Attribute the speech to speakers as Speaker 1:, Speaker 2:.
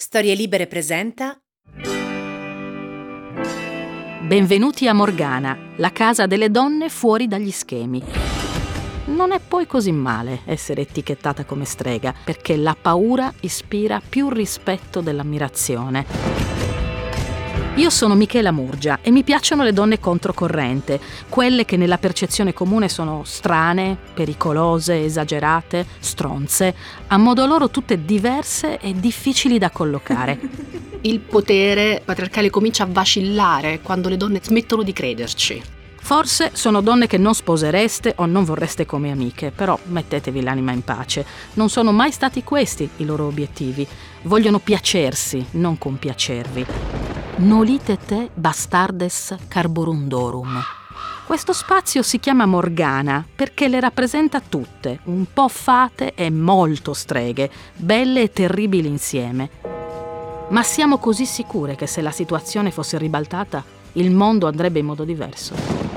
Speaker 1: Storie Libere presenta
Speaker 2: Benvenuti a Morgana, la casa delle donne fuori dagli schemi. Non è poi così male essere etichettata come strega, perché la paura ispira più rispetto dell'ammirazione. Io sono Michela Murgia e mi piacciono le donne controcorrente, quelle che nella percezione comune sono strane, pericolose, esagerate, stronze, a modo loro tutte diverse e difficili da collocare.
Speaker 3: Il potere patriarcale comincia a vacillare quando le donne smettono di crederci.
Speaker 2: Forse sono donne che non sposereste o non vorreste come amiche, però mettetevi l'anima in pace. Non sono mai stati questi i loro obiettivi. Vogliono piacersi, non compiacervi. Nolite te bastardes carborundorum. Questo spazio si chiama Morgana perché le rappresenta tutte, un po' fate e molto streghe, belle e terribili insieme. Ma siamo così sicure che se la situazione fosse ribaltata, il mondo andrebbe in modo diverso?